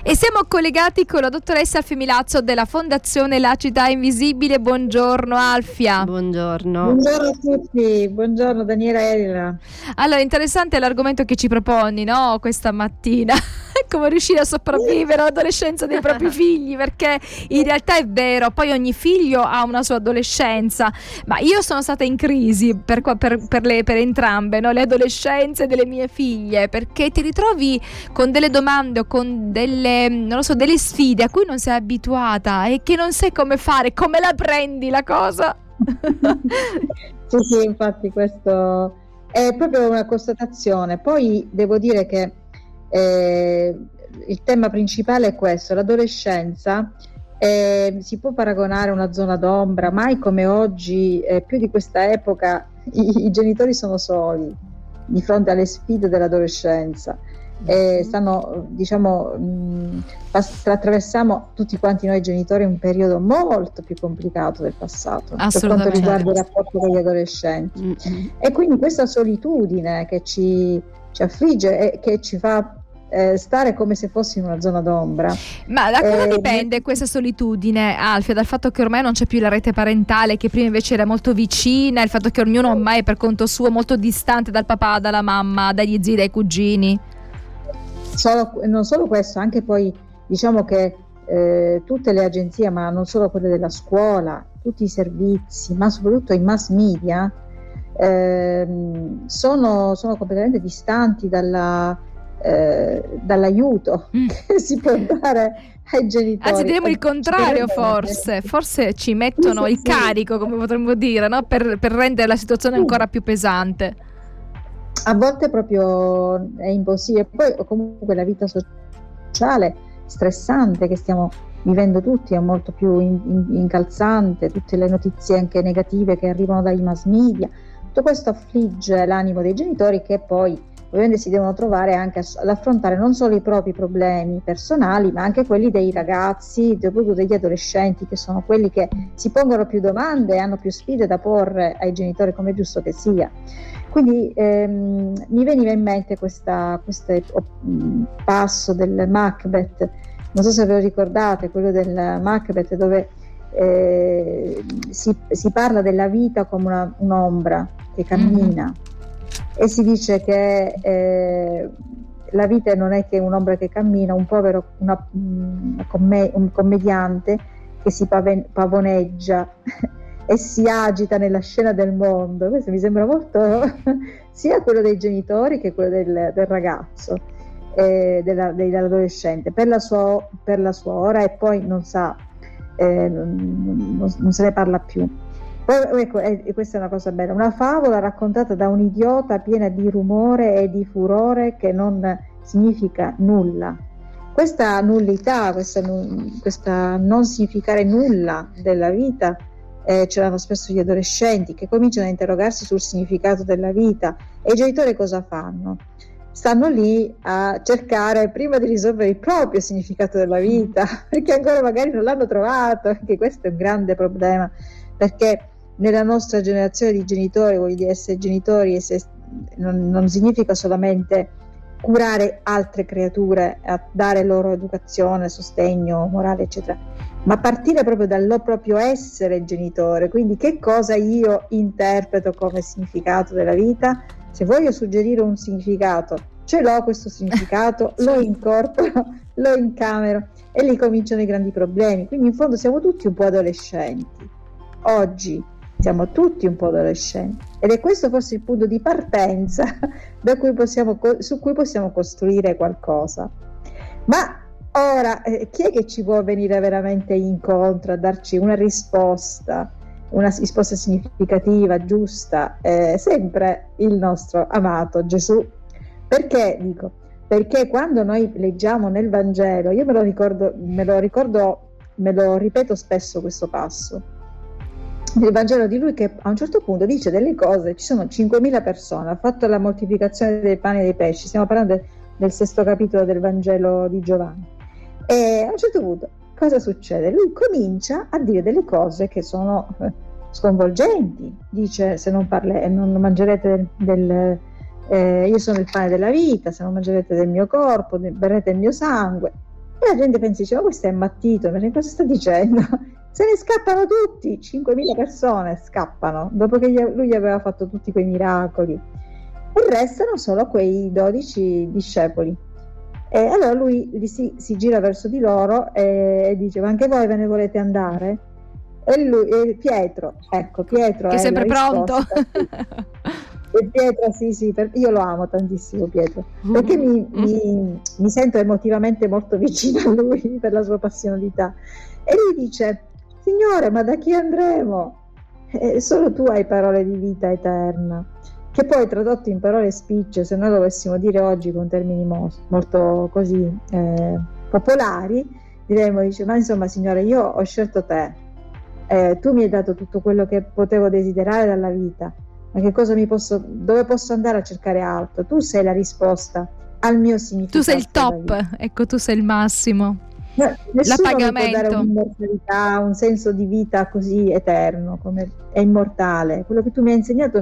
E siamo collegati con la dottoressa Alfia Milazzo della Fondazione La Città Invisibile. Buongiorno Alfia. Buongiorno. Buongiorno a tutti, buongiorno Daniela e Elena. Allora, interessante l'argomento che ci proponi, no? Questa mattina. Come riuscire a sopravvivere all'adolescenza dei propri figli, perché in realtà è vero, poi ogni figlio ha una sua adolescenza, ma io sono stata in crisi per entrambe, no? Le adolescenze delle mie figlie, perché ti ritrovi con delle domande o con delle, non lo so, delle sfide a cui non sei abituata e che non sai come fare, come la prendi la cosa. Sì, infatti questo è proprio una constatazione. Poi devo dire che il tema principale è questo: l'adolescenza si può paragonare a una zona d'ombra. Mai come oggi, più di questa epoca, i genitori sono soli di fronte alle sfide dell'adolescenza. Stanno, attraversiamo tutti quanti noi genitori un periodo molto più complicato del passato per quanto riguarda il rapporto con gli adolescenti. E quindi questa solitudine che ci affligge e che ci fa stare come se fossi in una zona d'ombra. Ma da cosa dipende questa solitudine, Alfia? Dal fatto che ormai non c'è più la rete parentale, che prima invece era molto vicina, il fatto che ognuno ormai è per conto suo, molto distante dal papà, dalla mamma, dagli zii, dai cugini? Non solo questo, anche poi diciamo che tutte le agenzie, ma non solo quelle della scuola, tutti i servizi, ma soprattutto i mass media sono completamente distanti dall'aiuto che si può dare ai genitori. Anzi, diremo il contrario, forse ci mettono il carico, come potremmo dire, no? Per rendere la situazione ancora più pesante. A volte proprio è impossibile. Poi comunque la vita sociale stressante che stiamo vivendo tutti è molto più incalzante, tutte le notizie anche negative che arrivano dai mass media, tutto questo affligge l'animo dei genitori, che poi ovviamente si devono trovare anche ad affrontare non solo i propri problemi personali, ma anche quelli dei ragazzi, soprattutto degli adolescenti, che sono quelli che si pongono più domande e hanno più sfide da porre ai genitori, come è giusto che sia. Quindi mi veniva in mente questo passo del Macbeth, non so se ve lo ricordate, quello del Macbeth, dove si parla della vita come un'ombra che cammina. E si dice che la vita non è che un'ombra che cammina, un povero un commediante che si pavoneggia e si agita nella scena del mondo. Questo mi sembra molto sia quello dei genitori che quello del ragazzo, dell'adolescente, per la sua ora, e poi non se ne parla più. Poi, ecco, questa è una cosa bella, una favola raccontata da un idiota, piena di rumore e di furore, che non significa nulla. Questa nullità, questa non significare nulla della vita, ce l'hanno spesso gli adolescenti, che cominciano a interrogarsi sul significato della vita. E i genitori cosa fanno? Stanno lì a cercare prima di risolvere il proprio significato della vita, perché ancora magari non l'hanno trovato. Anche questo è un grande problema, perché nella nostra generazione di genitori, voglio dire, essere genitori non significa solamente curare altre creature, a dare loro educazione, sostegno morale, eccetera, ma partire proprio dal proprio essere genitore. Quindi che cosa io interpreto come significato della vita? Se voglio suggerire un significato, ce l'ho questo significato, lo incorporo, lo incamero, e lì cominciano i grandi problemi. Quindi in fondo siamo tutti un po' adolescenti. Oggi siamo tutti un po' adolescenti, ed è questo forse il punto di partenza su cui possiamo costruire qualcosa. Ma ora chi è che ci può venire veramente incontro a darci una risposta significativa, giusta? Sempre il nostro amato Gesù. Perché dico? Perché quando noi leggiamo nel Vangelo, io me lo ripeto spesso questo passo del Vangelo di lui, che a un certo punto dice delle cose. Ci sono 5.000 persone, ha fatto la moltiplicazione dei pani e dei pesci, stiamo parlando del 6° capitolo del Vangelo di Giovanni, e a un certo punto cosa succede? Lui comincia a dire delle cose che sono sconvolgenti. Dice: se non mangerete io sono il pane della vita, se non mangerete del mio corpo, berrete il mio sangue. E la gente pensa, dice, ma questo è ammattito, ma cosa sta dicendo? Se ne scappano tutti, 5.000 persone scappano, dopo che lui aveva fatto tutti quei miracoli. E restano solo quei 12 discepoli. E allora lui si gira verso di loro e dice, ma anche voi ve ne volete andare? E Pietro che è sempre pronto. E Pietro, sì, io lo amo tantissimo Pietro, perché mi sento emotivamente molto vicino a lui per la sua passionalità. E lui dice, Signore, ma da chi andremo? Solo tu hai parole di vita eterna. Che poi tradotto in parole spicce, se noi dovessimo dire oggi con termini molto così popolari, diremmo, dice, ma insomma Signore, io ho scelto te, tu mi hai dato tutto quello che potevo desiderare dalla vita, ma dove posso andare a cercare altro? Tu sei la risposta al mio significato. Tu sei il top, ecco, tu sei il massimo. Nessuno mi può dare un'immortalità, un senso di vita così eterno, come è immortale. Quello che tu mi hai insegnato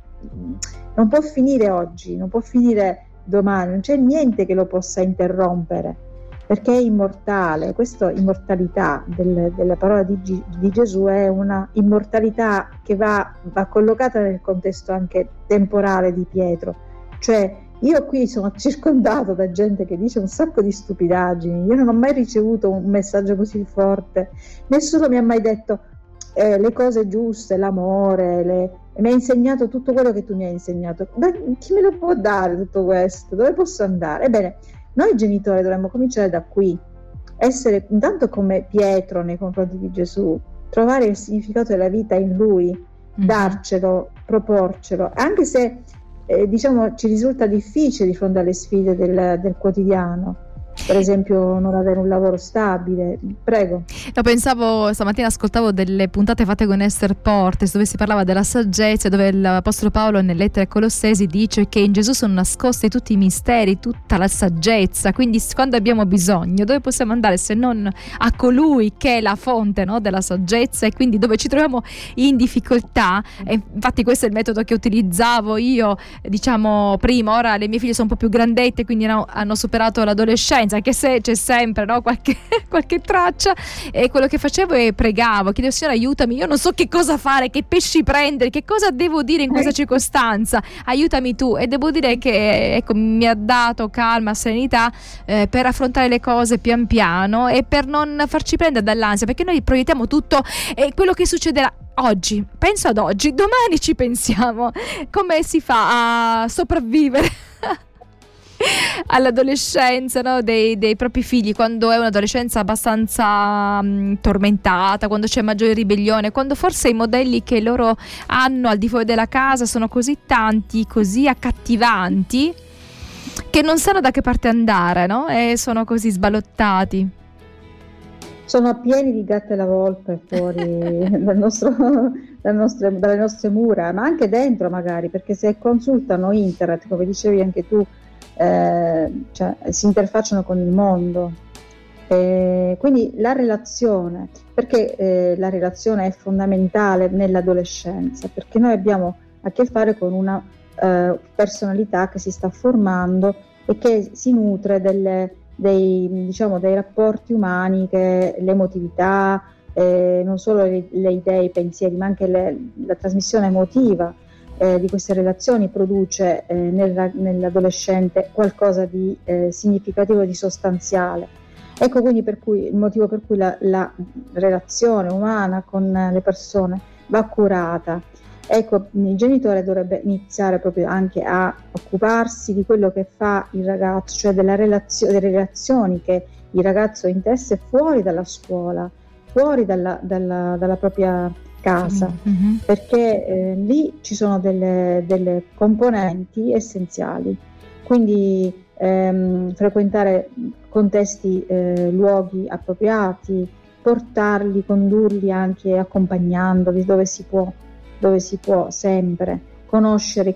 non può finire oggi, non può finire domani, non c'è niente che lo possa interrompere, perché è immortale. Questa immortalità della parola di Gesù è una immortalità che va collocata nel contesto anche temporale di Pietro. Cioè, io qui sono circondato da gente che dice un sacco di stupidaggini, io non ho mai ricevuto un messaggio così forte, nessuno mi ha mai detto le cose giuste, l'amore, mi ha insegnato tutto quello che tu mi hai insegnato. Chi me lo può dare tutto questo? Dove posso andare? Ebbene, noi genitori dovremmo cominciare da qui, essere intanto come Pietro nei confronti di Gesù, trovare il significato della vita in Lui, darcelo, proporcelo, anche se diciamo ci risulta difficile di fronte alle sfide del quotidiano. Per esempio non avere un lavoro stabile. Prego. Io pensavo, stamattina ascoltavo delle puntate fatte con Esther Portes dove si parlava della saggezza, dove l'Apostolo Paolo nelle lettere ai Colossesi dice che in Gesù sono nascosti tutti i misteri, tutta la saggezza. Quindi quando abbiamo bisogno, dove possiamo andare se non a colui che è la fonte, no, della saggezza, e quindi dove ci troviamo in difficoltà. E infatti questo è il metodo che utilizzavo io, diciamo, prima. Ora le mie figlie sono un po' più grandette, quindi hanno superato l'adolescenza, anche se c'è sempre, no, qualche traccia, e quello che facevo è pregavo, chiedevo, Signore aiutami, io non so che cosa fare, che pesci prendere, che cosa devo dire in questa circostanza, aiutami tu. E devo dire che ecco, mi ha dato calma, serenità per affrontare le cose pian piano e per non farci prendere dall'ansia, perché noi proiettiamo tutto e quello che succederà oggi, penso ad oggi, domani ci pensiamo. Come si fa a sopravvivere all'adolescenza, no, dei propri figli, quando è un'adolescenza abbastanza tormentata, quando c'è maggiore ribellione, quando forse i modelli che loro hanno al di fuori della casa sono così tanti, così accattivanti, che non sanno da che parte andare, no? E sono così sballottati. Sono pieni di gatte alla volpe fuori dalle nostre mura, ma anche dentro magari, perché se consultano internet, come dicevi anche tu, cioè, si interfacciano con il mondo, quindi la relazione, perché la relazione è fondamentale nell'adolescenza, perché noi abbiamo a che fare con una personalità che si sta formando e che si nutre dei rapporti umani, che l'emotività, non solo le idee, i pensieri, ma anche la trasmissione emotiva di queste relazioni produce nell'adolescente qualcosa di significativo, di sostanziale. Ecco quindi il motivo per cui la relazione umana con le persone va curata. Ecco, il genitore dovrebbe iniziare proprio anche a occuparsi di quello che fa il ragazzo, cioè delle relazioni che il ragazzo ha in sé fuori dalla scuola, fuori dalla propria casa, perché lì ci sono delle componenti essenziali. Quindi frequentare contesti, luoghi appropriati, portarli, condurli anche accompagnandoli dove si può sempre, conoscere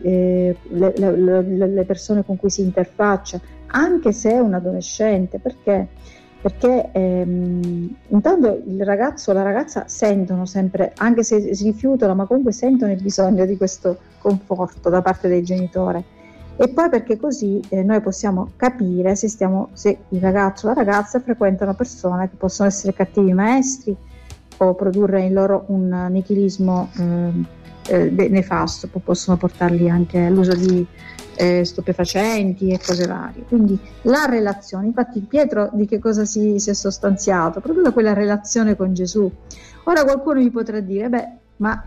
le persone con cui si interfaccia, anche se è un adolescente, perché intanto il ragazzo o la ragazza sentono sempre, anche se si rifiutano, ma comunque sentono il bisogno di questo conforto da parte del genitore, E poi perché così noi possiamo capire se il ragazzo o la ragazza frequentano persone che possono essere cattivi maestri o produrre in loro un nichilismo nefasto, possono portarli anche all'uso di stupefacenti e cose varie. Quindi la relazione, infatti Pietro di che cosa si è sostanziato? Proprio da quella relazione con Gesù. Ora qualcuno mi potrà dire, ma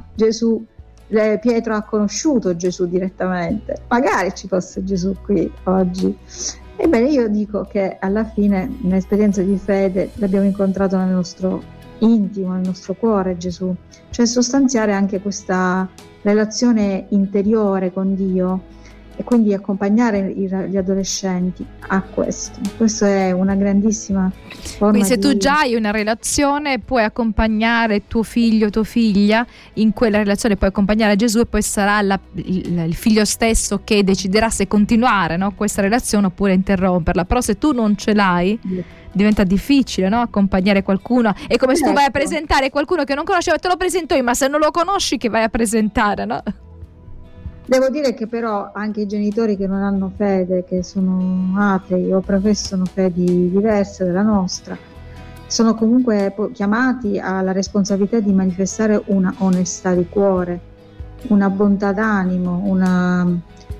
Pietro ha conosciuto Gesù direttamente, magari ci fosse Gesù qui oggi. Ebbene, io dico che alla fine un'esperienza di fede l'abbiamo incontrato nel nostro intimo, nel nostro cuore Gesù, cioè sostanziare anche questa relazione interiore con Dio e quindi accompagnare gli adolescenti a questo. Questo è una grandissima forma. Quindi se tu già hai una relazione puoi accompagnare tuo figlio o tua figlia in quella relazione, puoi accompagnare Gesù e poi sarà il figlio stesso che deciderà se continuare, no, questa relazione oppure interromperla. Però se tu non ce l'hai diventa difficile, no, accompagnare qualcuno. È come se tu vai a presentare qualcuno che non conoscevo, te lo presento io, ma se non lo conosci che vai a presentare, no? Devo dire che però anche i genitori che non hanno fede, che sono atei o professano fedi diverse dalla nostra, sono comunque chiamati alla responsabilità di manifestare una onestà di cuore, una bontà d'animo, una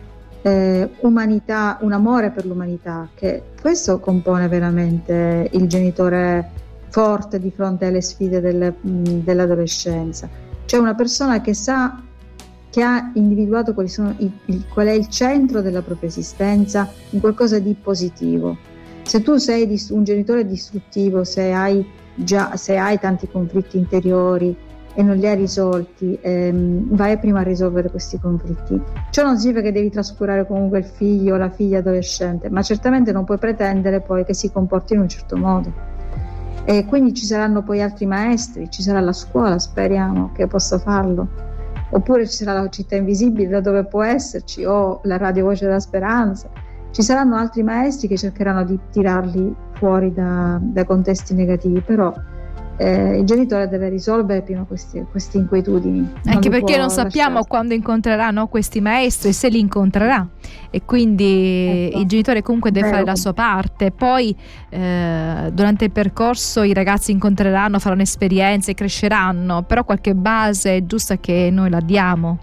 umanità, un amore per l'umanità, che questo compone veramente il genitore forte di fronte alle sfide dell'adolescenza. Cioè una persona che sa, che ha individuato qual è il centro della propria esistenza in qualcosa di positivo. Se tu sei un genitore distruttivo, se hai tanti conflitti interiori e non li hai risolti, vai prima a risolvere questi conflitti. Ciò non significa che devi trascurare comunque il figlio o la figlia adolescente, ma certamente non puoi pretendere poi che si comporti in un certo modo. E quindi ci saranno poi altri maestri, ci sarà la scuola, speriamo che possa farlo. Oppure ci sarà la città invisibile, da dove può esserci, o la radio Voce della Speranza. Ci saranno altri maestri che cercheranno di tirarli fuori da contesti negativi, però il genitore deve risolvere prima queste inquietudini. Anche perché non sappiamo quando incontrerà, no, questi maestri, se li incontrerà, e quindi il genitore comunque deve fare la sua parte. Poi durante il percorso i ragazzi incontreranno, faranno esperienze, cresceranno, però qualche base è giusta che noi la diamo.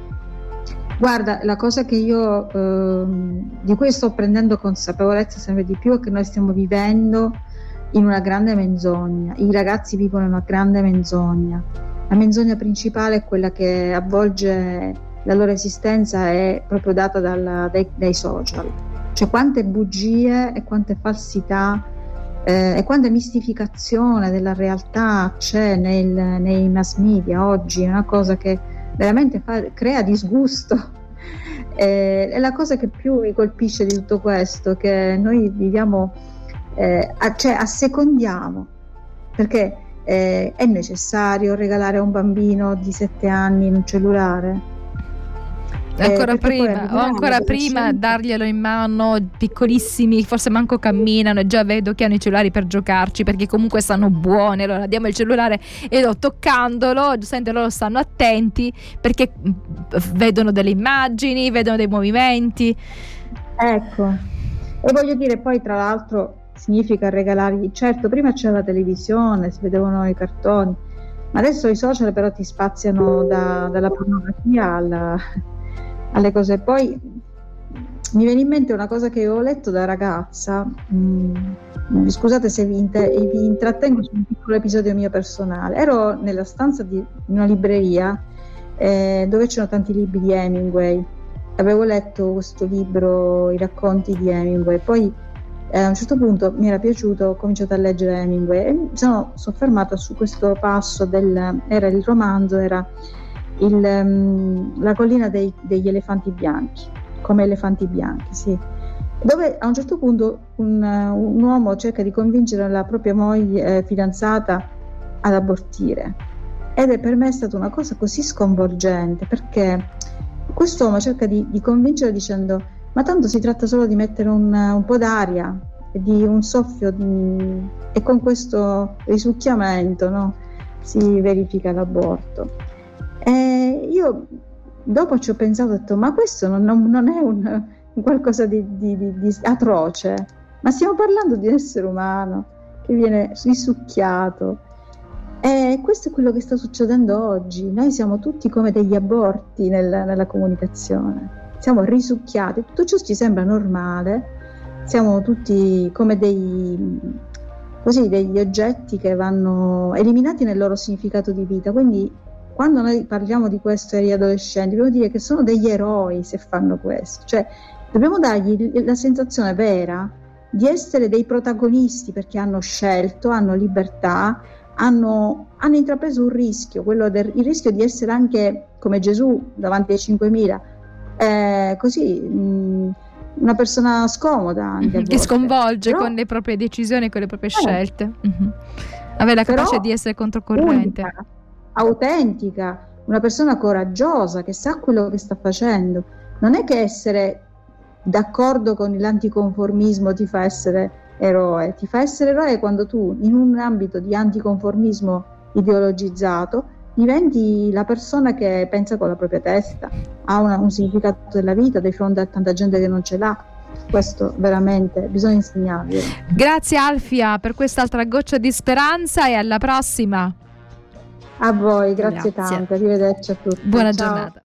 Guarda, la cosa che io di cui sto prendendo consapevolezza sempre di più è che noi stiamo vivendo in una grande menzogna. I ragazzi vivono in una grande menzogna. La menzogna principale è quella che avvolge la loro esistenza, è proprio data dai social. Cioè quante bugie e quante falsità e quanta mistificazione della realtà c'è nei mass media oggi. È una cosa che veramente crea disgusto. È la cosa che più mi colpisce di tutto questo, che noi viviamo, cioè assecondiamo, perché è necessario regalare a un bambino di 7 anni un cellulare? Ancora prima darglielo in mano, piccolissimi, forse manco camminano e già vedo che hanno i cellulari per giocarci, perché comunque stanno buoni. Allora diamo il cellulare e toccandolo, giustamente loro stanno attenti perché vedono delle immagini, vedono dei movimenti. Ecco, e voglio dire, poi tra l'altro significa regalargli, certo prima c'era la televisione, si vedevano i cartoni, ma adesso i social però ti spaziano dalla pornografia alle cose. Poi mi viene in mente una cosa che ho letto da ragazza, scusate se vi intrattengo su un piccolo episodio mio personale. Ero nella stanza di una libreria dove c'erano tanti libri di Hemingway. Avevo letto questo libro, i racconti di Hemingway, poi a un certo punto mi era piaciuto, ho cominciato a leggere Hemingway e mi sono soffermata su questo passo era il romanzo, era la collina degli elefanti bianchi, come elefanti bianchi, sì, dove a un certo punto un uomo cerca di convincere la propria moglie fidanzata ad abortire, ed per me è stata una cosa così sconvolgente, perché quest'uomo cerca di convincere dicendo: ma tanto si tratta solo di mettere un po' d'aria e di un soffio e con questo risucchiamento, no, si verifica l'aborto. E io dopo ci ho pensato, ho detto: ma questo non è qualcosa di atroce, ma stiamo parlando di un essere umano che viene risucchiato. E questo è quello che sta succedendo oggi. Noi siamo tutti come degli aborti nella comunicazione, siamo risucchiati, tutto ciò ci sembra normale, siamo tutti come degli oggetti che vanno eliminati nel loro significato di vita. Quindi quando noi parliamo di questo agli adolescenti dobbiamo dire che sono degli eroi se fanno questo, cioè dobbiamo dargli la sensazione vera di essere dei protagonisti, perché hanno scelto, hanno libertà, hanno intrapreso un rischio, il rischio di essere anche come Gesù davanti ai 5.000, così una persona scomoda anche che sconvolge con le proprie decisioni, con le proprie scelte. Avere la capace di essere controcorrente, unica, autentica, una persona coraggiosa che sa quello che sta facendo. Non è che essere d'accordo con l'anticonformismo ti fa essere eroe, ti fa essere eroe quando tu in un ambito di anticonformismo ideologizzato diventi la persona che pensa con la propria testa, ha un significato della vita di fronte a tanta gente che non ce l'ha. Questo veramente bisogna insegnarvi. Grazie Alfia per quest'altra goccia di speranza e alla prossima. A voi, grazie tante, arrivederci a tutti. Buona giornata.